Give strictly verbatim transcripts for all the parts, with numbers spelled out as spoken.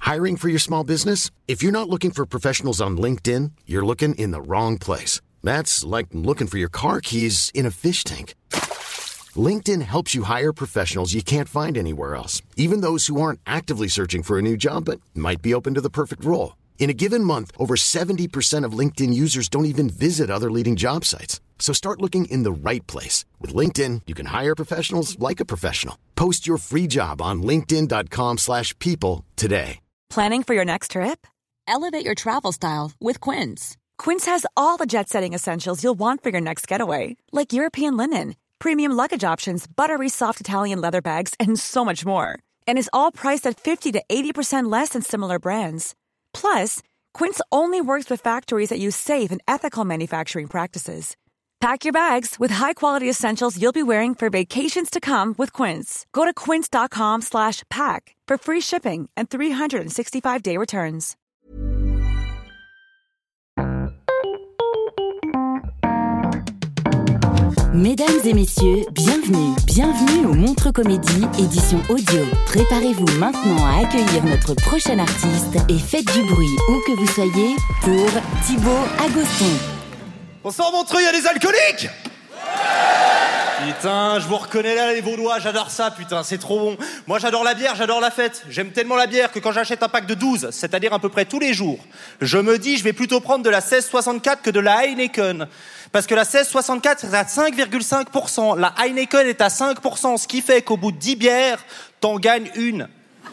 Hiring for your small business? If you're not looking for professionals on LinkedIn, you're looking in the wrong place. That's like looking for your car keys in a fish tank. LinkedIn helps you hire professionals you can't find anywhere else, even those who aren't actively searching for a new job but might be open to the perfect role. In a given month, over seventy percent of LinkedIn users don't even visit other leading job sites. So start looking in the right place. With LinkedIn, you can hire professionals like a professional. Post your free job on linkedin.com slash people today. Planning for your next trip? Elevate your travel style with Quince. Quince has all the jet-setting essentials you'll want for your next getaway, like European linen, premium luggage options, buttery soft Italian leather bags, and so much more. And is all priced at fifty to eighty percent less than similar brands. Plus, Quince only works with factories that use safe and ethical manufacturing practices. Pack your bags with high-quality essentials you'll be wearing for vacations to come with Quince. Go to quince.com slash pack for free shipping and three sixty-five day returns. Mesdames et messieurs, bienvenue, bienvenue au Montreux Comédie, édition audio. Préparez-vous maintenant à accueillir notre prochain artiste et faites du bruit où que vous soyez pour Thibaut Agoston. Bonsoir Montreux, il y a des alcooliques ? Putain, je vous reconnais là les Vaudois, j'adore ça, putain, c'est trop bon. Moi j'adore la bière, j'adore la fête. J'aime tellement la bière que quand j'achète un pack de douze, c'est-à-dire à peu près tous les jours, je me dis je vais plutôt prendre de la seize soixante-quatre que de la Heineken. Parce que la seize soixante-quatre est à cinq virgule cinq pour cent, la Heineken est à cinq pour cent, ce qui fait qu'au bout de dix bières, t'en gagnes une.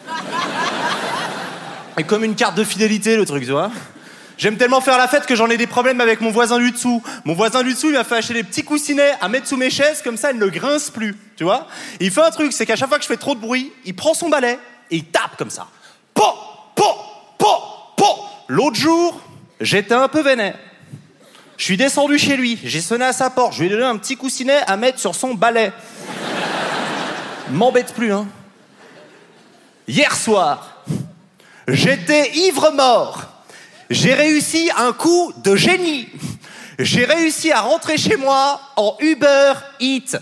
Et comme une carte de fidélité le truc, tu vois. J'aime tellement faire la fête que j'en ai des problèmes avec mon voisin du dessous. Mon voisin du dessous, il m'a fait acheter des petits coussinets à mettre sous mes chaises, comme ça, elles ne grincent plus, tu vois. Et il fait un truc, c'est qu'à chaque fois que je fais trop de bruit, il prend son balai et il tape comme ça. Po, po, po, po. L'autre jour, j'étais un peu vénère. Je suis descendu chez lui, j'ai sonné à sa porte, je lui ai donné un petit coussinet à mettre sur son balai. M'embête plus, hein. Hier soir, j'étais ivre-mort. J'ai réussi un coup de génie. J'ai réussi à rentrer chez moi en Uber Eats.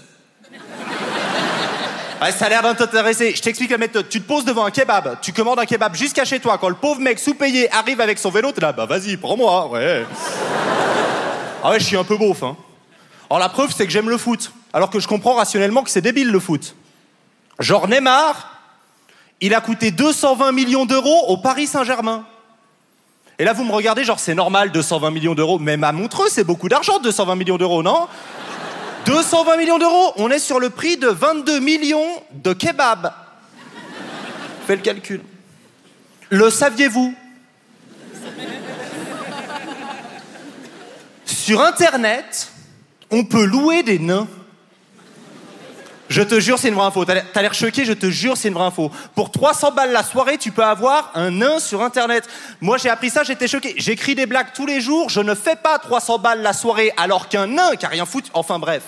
Ouais, ça a l'air d'intéresser. Je t'explique la méthode. Tu te poses devant un kebab, tu commandes un kebab jusqu'à chez toi. Quand le pauvre mec sous-payé arrive avec son vélo, t'es là, bah vas-y, prends-moi, ouais. Ah ouais, je suis un peu beauf, hein. Alors la preuve, c'est que j'aime le foot. Alors que je comprends rationnellement que c'est débile, le foot. Genre Neymar, il a coûté deux cent vingt millions d'euros au Paris Saint-Germain. Et là, vous me regardez, genre, c'est normal, deux cent vingt millions d'euros. Même à Montreux, c'est beaucoup d'argent, deux cent vingt millions d'euros, non ? deux cent vingt millions d'euros, on est sur le prix de vingt-deux millions de kebabs. Fais le calcul. Le saviez-vous ? Sur Internet, on peut louer des nains. Je te jure, c'est une vraie info. T'as l'air, t'as l'air choqué, je te jure, c'est une vraie info. Pour trois cents balles la soirée, tu peux avoir un nain sur Internet. Moi, j'ai appris ça, j'étais choqué. J'écris des blagues tous les jours, je ne fais pas trois cents balles la soirée, alors qu'un nain qui a rien foutu... Enfin, bref.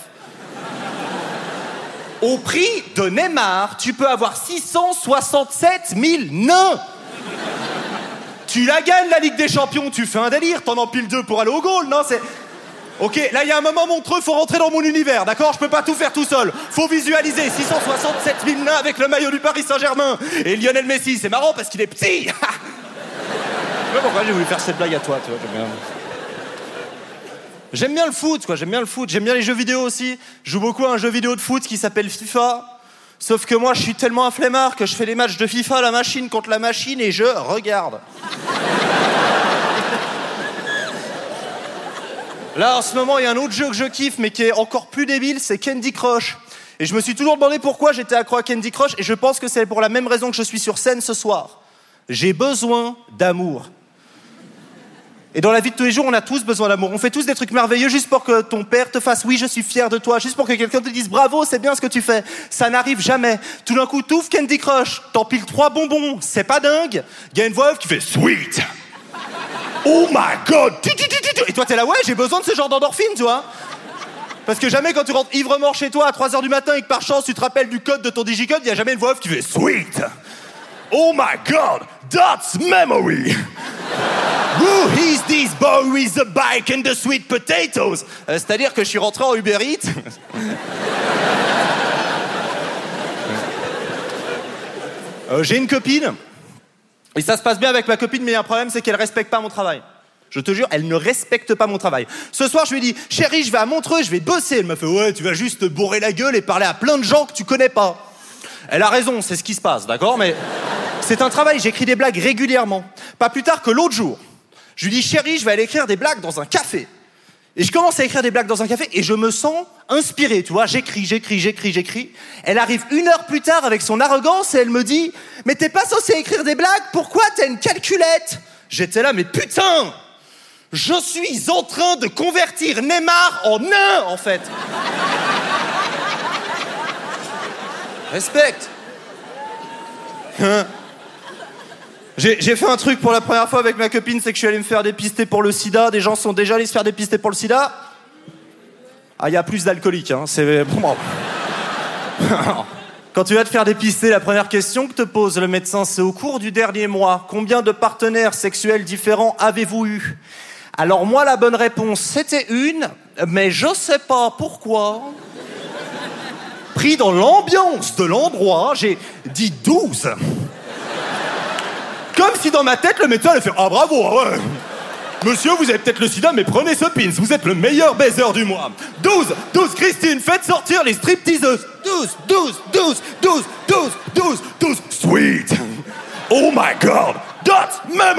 Au prix de Neymar, tu peux avoir six cent soixante-sept mille nains. Tu la gagnes, la Ligue des Champions, tu fais un délire, t'en empiles deux pour aller au goal, non, c'est... Ok, là il y a un moment Montreux, faut rentrer dans mon univers, d'accord ? Je peux pas tout faire tout seul. Faut visualiser six cent soixante-sept mille nains avec le maillot du Paris Saint-Germain. Et Lionel Messi, c'est marrant parce qu'il est petit. Je sais pas pourquoi j'ai voulu faire cette blague à toi, tu vois, j'aime bien. J'aime bien le foot, quoi, j'aime bien le foot. J'aime bien les jeux vidéo aussi. Je joue beaucoup à un jeu vidéo de foot qui s'appelle FIFA. Sauf que moi, je suis tellement un flemmard que je fais des matchs de FIFA à la machine contre la machine et je regarde. Là, en ce moment, il y a un autre jeu que je kiffe, mais qui est encore plus débile, c'est Candy Crush. Et je me suis toujours demandé pourquoi j'étais accro à Candy Crush, et je pense que c'est pour la même raison que je suis sur scène ce soir. J'ai besoin d'amour. Et dans la vie de tous les jours, on a tous besoin d'amour. On fait tous des trucs merveilleux juste pour que ton père te fasse « oui, je suis fier de toi », juste pour que quelqu'un te dise « bravo, c'est bien ce que tu fais ». Ça n'arrive jamais. Tout d'un coup, t'ouvres Candy Crush, t'empiles trois bonbons, c'est pas dingue. Il y a une voix off qui fait « sweet ». Oh my god! Et toi t'es là, ouais, j'ai besoin de ce genre d'endorphine, tu vois. Parce que jamais quand tu rentres ivre-mort chez toi à trois heures du matin et que par chance tu te rappelles du code de ton digicode, il y a jamais une voix off qui fait sweet. Oh my god, that's memory. Who is this boy with the bike and the sweet potatoes? euh, C'est-à-dire que je suis rentré en Uber Eats. euh, j'ai une copine. Et ça se passe bien avec ma copine, mais il y a un problème, c'est qu'elle respecte pas mon travail. Je te jure, elle ne respecte pas mon travail. Ce soir, je lui ai dit, chérie, je vais à Montreux, je vais bosser. Elle m'a fait, ouais, tu vas juste te bourrer la gueule et parler à plein de gens que tu connais pas. Elle a raison, c'est ce qui se passe, d'accord? Mais c'est un travail, j'écris des blagues régulièrement. Pas plus tard que l'autre jour. Je lui dis, chérie, je vais aller écrire des blagues dans un café. Et je commence à écrire des blagues dans un café et je me sens inspiré, tu vois. J'écris, j'écris, j'écris, j'écris. Elle arrive une heure plus tard avec son arrogance et elle me dit, mais t'es pas censé écrire des blagues, pourquoi t'as une calculette? J'étais là, mais putain! Je suis en train de convertir Neymar en nain, en fait. Respecte. Hein? J'ai, j'ai fait un truc pour la première fois avec ma copine, c'est que je suis allé me faire dépister pour le sida. Des gens sont déjà allés se faire dépister pour le sida. Ah, il y a plus d'alcooliques, hein. C'est... Bon. Quand tu vas te faire dépister, la première question que te pose le médecin, c'est au cours du dernier mois, combien de partenaires sexuels différents avez-vous eu? Alors moi, la bonne réponse, c'était une, mais je sais pas pourquoi. Pris dans l'ambiance de l'endroit, j'ai dit douze. Comme si dans ma tête, le médecin allait faire « Ah bravo, ouais. Monsieur, vous avez peut-être le sida, mais prenez ce pins, vous êtes le meilleur baiser du mois. douze, douze, Christine, faites sortir les stripteaseuses. douze, douze, douze, douze, douze, douze, douze, sweet. Oh my God, that's memory. »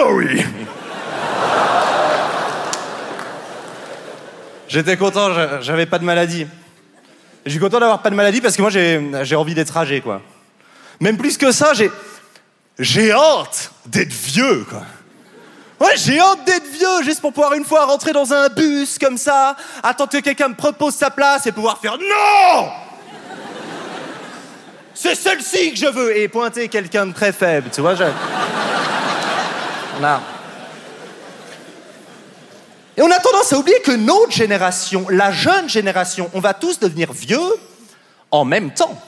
J'étais content, j'avais pas de maladie. Je suis content d'avoir pas de maladie parce que moi, j'ai, j'ai envie d'être âgé, quoi. Même plus que ça, j'ai... J'ai hâte d'être vieux, quoi. Ouais, j'ai hâte d'être vieux, juste pour pouvoir une fois rentrer dans un bus, comme ça, attendre que quelqu'un me propose sa place et pouvoir faire « Non !» C'est celle-ci que je veux. Et pointer quelqu'un de très faible, tu vois. Je... On a... Et on a tendance à oublier que notre génération, la jeune génération, on va tous devenir vieux en même temps.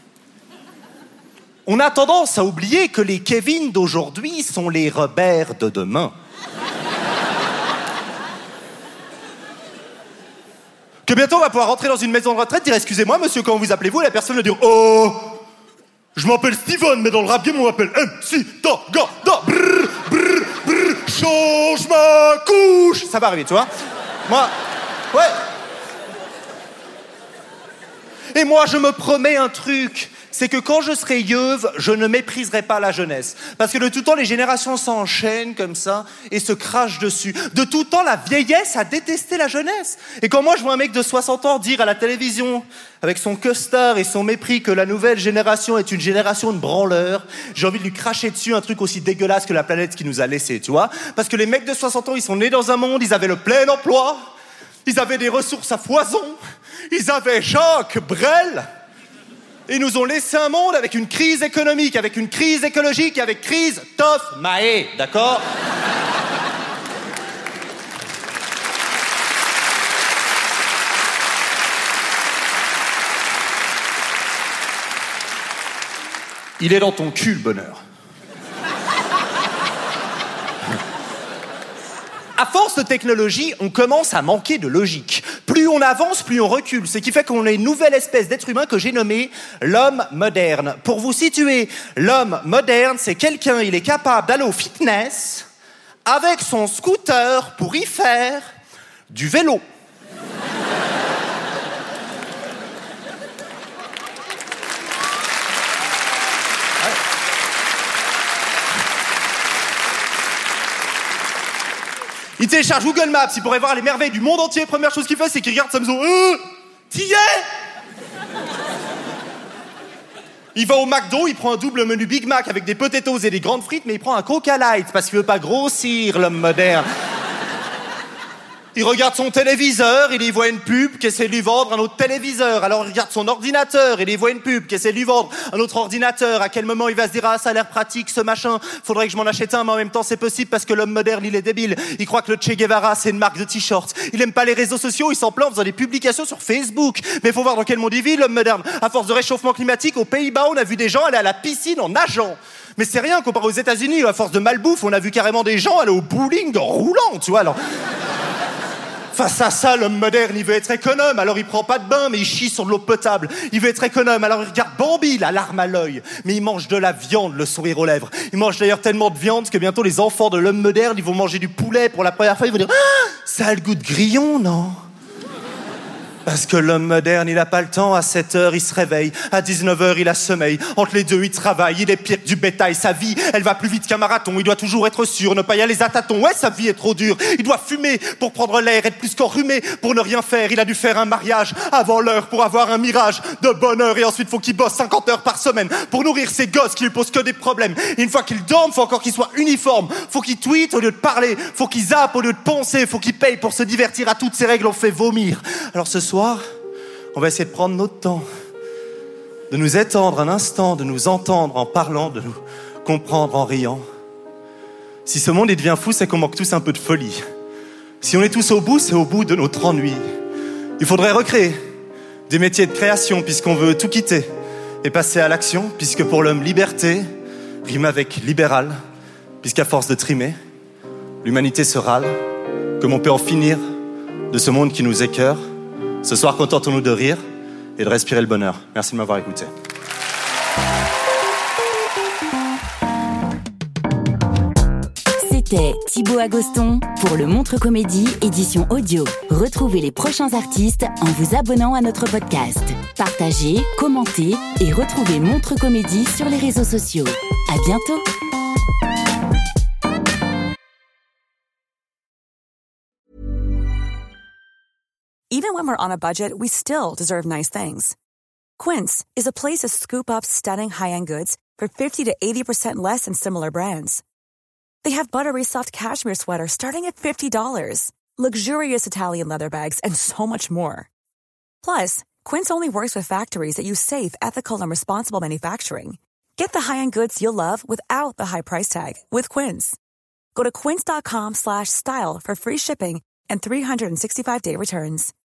On a tendance à oublier que les Kevin d'aujourd'hui sont les Robert de demain. Que bientôt on va pouvoir rentrer dans une maison de retraite, dire « Excusez-moi, monsieur, comment vous appelez-vous » et la personne va dire « Oh, je m'appelle Steven, mais dans le rap game, on m'appelle M C Tagada. Brrr, brrr, brrr, change ma couche. » Ça va arriver, tu vois. Moi, ouais. Et moi, je me promets un truc. C'est que quand je serai yeuve, je ne mépriserai pas la jeunesse. Parce que de tout temps, les générations s'enchaînent comme ça et se crachent dessus. De tout temps, la vieillesse a détesté la jeunesse. Et quand moi, je vois un mec de soixante ans dire à la télévision, avec son costard et son mépris, que la nouvelle génération est une génération de branleurs, j'ai envie de lui cracher dessus un truc aussi dégueulasse que la planète qui nous a laissés, tu vois. Parce que les mecs de soixante ans, ils sont nés dans un monde, ils avaient le plein emploi, ils avaient des ressources à foison, ils avaient Jacques Brel. Ils nous ont laissé un monde avec une crise économique, avec une crise écologique et avec crise Toff Maé, d'accord? Il est dans ton cul, le bonheur. À force de technologie, on commence à manquer de logique. Plus on avance, plus on recule. Ce qui fait qu'on a une nouvelle espèce d'être humain que j'ai nommé l'homme moderne. Pour vous situer, l'homme moderne, c'est quelqu'un, il est capable d'aller au fitness avec son scooter pour y faire du vélo. Il télécharge Google Maps, il pourrait voir les merveilles du monde entier. Première chose qu'il fait, c'est qu'il regarde sa maison. Euh, T'y es? Il va au McDo, il prend un double menu Big Mac avec des potatoes et des grandes frites, mais il prend un Coca Light parce qu'il veut pas grossir, l'homme moderne. Il regarde son téléviseur, il y voit une pub qui essaie de lui vendre un autre téléviseur. Alors il regarde son ordinateur, il y voit une pub qui essaie de lui vendre un autre ordinateur. À quel moment il va se dire « Ah, ça a l'air pratique, ce machin. Faudrait que je m'en achète un, mais en même temps, c'est possible parce que l'homme moderne, il est débile. Il croit que le Che Guevara, c'est une marque de t-shirt. Il aime pas les réseaux sociaux, il s'en plaint en faisant des publications sur Facebook. Mais faut voir dans quel monde il vit, l'homme moderne. À force de réchauffement climatique, aux Pays-Bas, on a vu des gens aller à la piscine en nageant. Mais c'est rien comparé aux États-Unis, à force de malbouffe, on a vu carrément des gens aller au bowling en roulant, tu vois, alors... Face à ça, l'homme moderne, il veut être économe, alors il prend pas de bain, mais il chie sur de l'eau potable. Il veut être économe, alors il regarde Bambi, la larme à l'œil. Mais il mange de la viande, le sourire aux lèvres. Il mange d'ailleurs tellement de viande que bientôt les enfants de l'homme moderne, ils vont manger du poulet pour la première fois. Ils vont dire ah, « ça a le goût de grillon, non ?» Parce que l'homme moderne, il a pas le temps. À sept heures, il se réveille. À dix-neuf heures, il a sommeil. Entre les deux, il travaille. Il est pire que du bétail. Sa vie, elle va plus vite qu'un marathon. Il doit toujours être sûr, ne pas y aller à tâtons. Ouais, sa vie est trop dure. Il doit fumer pour prendre l'air, être plus qu'enrhumé pour ne rien faire. Il a dû faire un mariage avant l'heure pour avoir un mirage de bonheur. Et ensuite, faut qu'il bosse cinquante heures par semaine pour nourrir ses gosses qui lui posent que des problèmes. Et une fois qu'il dorme, faut encore qu'il soit uniforme. Faut qu'il tweete au lieu de parler. Faut qu'il zappe au lieu de poncer. Faut qu'il paye pour se divertir. À toutes ces règles, on fait vomir. Alors ce soir, on va essayer de prendre notre temps, de nous étendre un instant, de nous entendre en parlant, de nous comprendre en riant. Si ce monde il devient fou, c'est qu'on manque tous un peu de folie. Si on est tous au bout, c'est au bout de notre ennui. Il faudrait recréer des métiers de création puisqu'on veut tout quitter et passer à l'action, puisque pour l'homme, liberté rime avec libéral, puisqu'à force de trimer, l'humanité se râle. Comment on peut en finir de ce monde qui nous écœure? Ce soir, contentons-nous de rire et de respirer le bonheur. Merci de m'avoir écouté. C'était Thibaut Agoston pour le Montre Comédie édition audio. Retrouvez les prochains artistes en vous abonnant à notre podcast. Partagez, commentez et retrouvez Montre Comédie sur les réseaux sociaux. À bientôt. Even when we're on a budget, we still deserve nice things. Quince is a place to scoop up stunning high-end goods for fifty to eighty percent less than similar brands. They have buttery soft cashmere sweaters starting at fifty dollars, luxurious Italian leather bags, and so much more. Plus, Quince only works with factories that use safe, ethical, and responsible manufacturing. Get the high-end goods you'll love without the high price tag with Quince. Go to quince.com slash style for free shipping and three sixty-five day returns.